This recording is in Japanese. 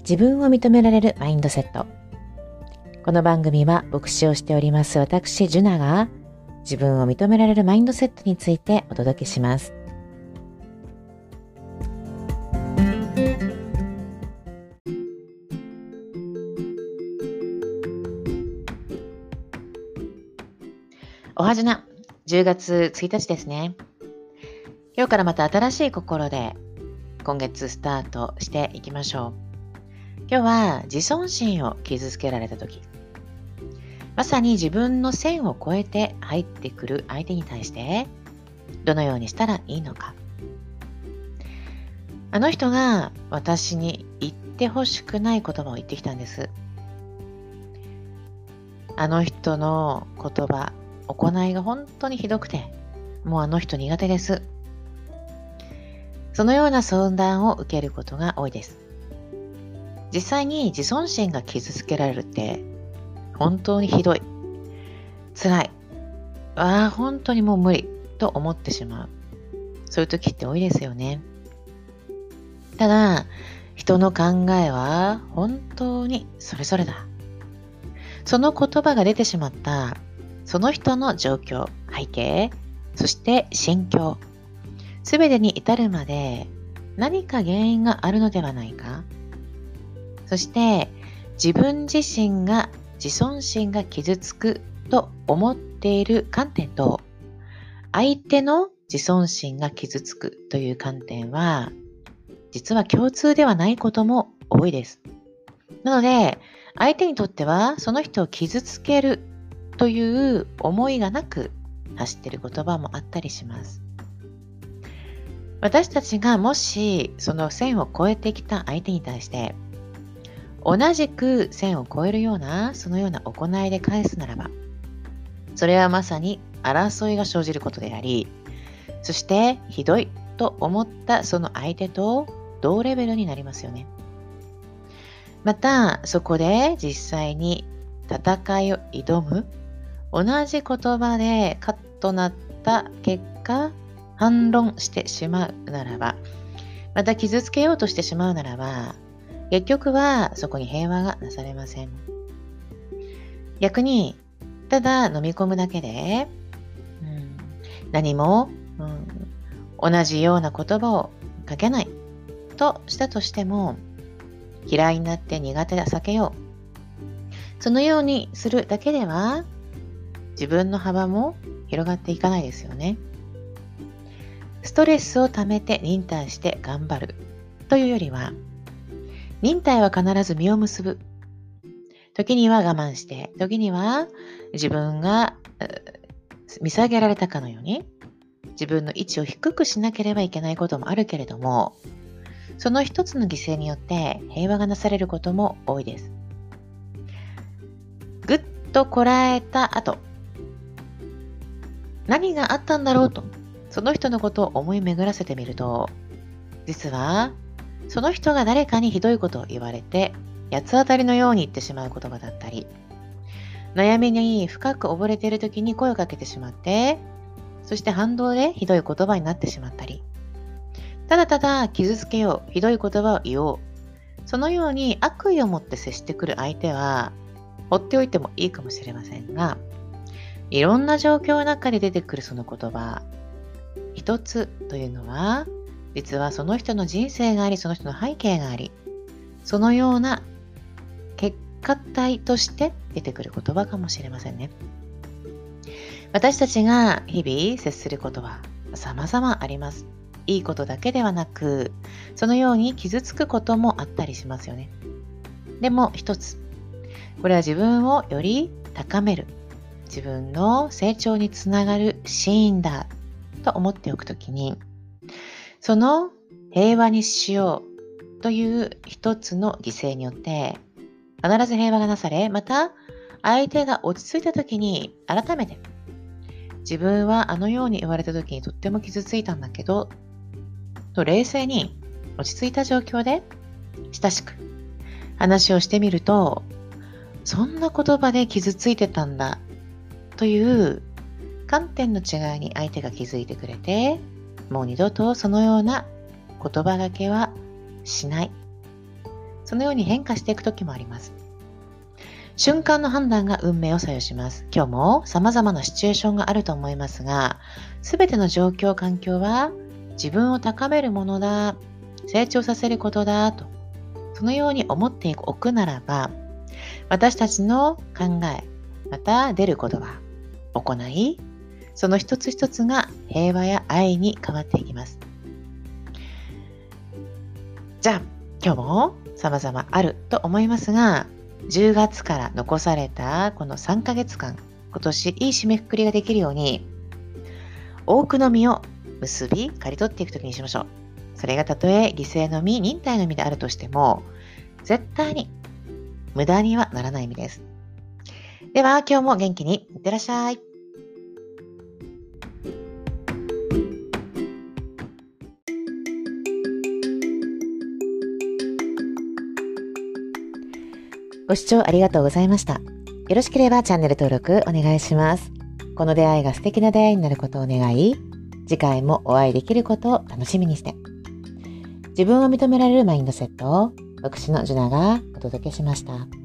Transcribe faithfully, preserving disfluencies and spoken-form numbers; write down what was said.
自分を認められるマインドセット。この番組は牧師をしております私ジュナが自分を認められるマインドセットについてお届けします。おはじなじゅうがつついたちですね。今日からまた新しい心で今月スタートしていきましょう。今日は自尊心を傷つけられたとき、まさに自分の線を越えて入ってくる相手に対してどのようにしたらいいのか。あの人が私に言ってほしくない言葉を言ってきたんです。あの人の言葉、行いが本当にひどくて、もうあの人苦手です。そのような相談を受けることが多いです。実際に自尊心が傷つけられるって本当にひどい、辛い、ああ本当にもう無理と思ってしまう。そういう時って多いですよね。ただ人の考えは本当にそれぞれだ。その言葉が出てしまったその人の状況、背景、そして心境、すべてに至るまで何か原因があるのではないか。そして自分自身が自尊心が傷つくと思っている観点と、相手の自尊心が傷つくという観点は実は共通ではないことも多いです。なので相手にとってはその人を傷つけるという思いがなく発している言葉もあったりします。私たちがもしその線を越えてきた相手に対して同じく線を越えるようなそのような行いで返すならば、それはまさに争いが生じることであり、そしてひどいと思ったその相手と同レベルになりますよね。またそこで実際に戦いを挑む、同じ言葉でカッとなった結果反論してしまうならば、また傷つけようとしてしまうならば、結局はそこに平和がなされません。逆にただ飲み込むだけで、うん、何も、うん、同じような言葉をかけないとしたとしても、嫌いになって苦手だ、避けよう、そのようにするだけでは自分の幅も広がっていかないですよね。ストレスをためて忍耐して頑張るというよりは、忍耐は必ず実を結ぶ。時には我慢して、時には自分が見下げられたかのように自分の位置を低くしなければいけないこともあるけれども、その一つの犠牲によって平和がなされることも多いです。ぐっとこらえた後、何があったんだろうとその人のことを思い巡らせてみると、実はその人が誰かにひどいことを言われて八つ当たりのように言ってしまう言葉だったり、悩みに深く溺れている時に声をかけてしまって、そして反動でひどい言葉になってしまったり、ただただ傷つけよう、ひどい言葉を言おう、そのように悪意を持って接してくる相手は放っておいてもいいかもしれませんが、いろんな状況の中で出てくるその言葉一つというのは、実はその人の人生があり、その人の背景があり、そのような結果体として出てくる言葉かもしれませんね。私たちが日々接することは様々あります。いいことだけではなく、そのように傷つくこともあったりしますよね。でも一つ、これは自分をより高める、自分の成長につながるシーンだと思っておくときに、その平和にしようという一つの犠牲によって必ず平和がなされ、また相手が落ち着いたときに改めて、自分はあのように言われたときにとっても傷ついたんだけどと冷静に落ち着いた状況で親しく話をしてみると、そんな言葉で傷ついてたんだという観点の違いに相手が気づいてくれて、もう二度とそのような言葉がけはしない。そそのように変化していく時もあります。瞬間の判断が運命を左右します。今日も様々なシチュエーションがあると思いますが、すべての状況、環境は自分を高めるものだ、成長させることだと、そのように思っておくならば、私たちの考え、また出る言葉、行い、その一つ一つが平和や愛に変わっていきます。じゃあ、今日も様々あると思いますが、じゅうがつから残されたこのさんかげつかん、今年いい締めくくりができるように、多くの実を結び、刈り取っていくときにしましょう。それがたとえ犠牲の実、忍耐の実であるとしても、絶対に無駄にはならない意味です。では、今日も元気にいってらっしゃい。ご視聴ありがとうございました。よろしければチャンネル登録お願いします。この出会いが素敵な出会いになることを願い、次回もお会いできることを楽しみにして。自分を認められるマインドセットを、牧師のジュナがお届けしました。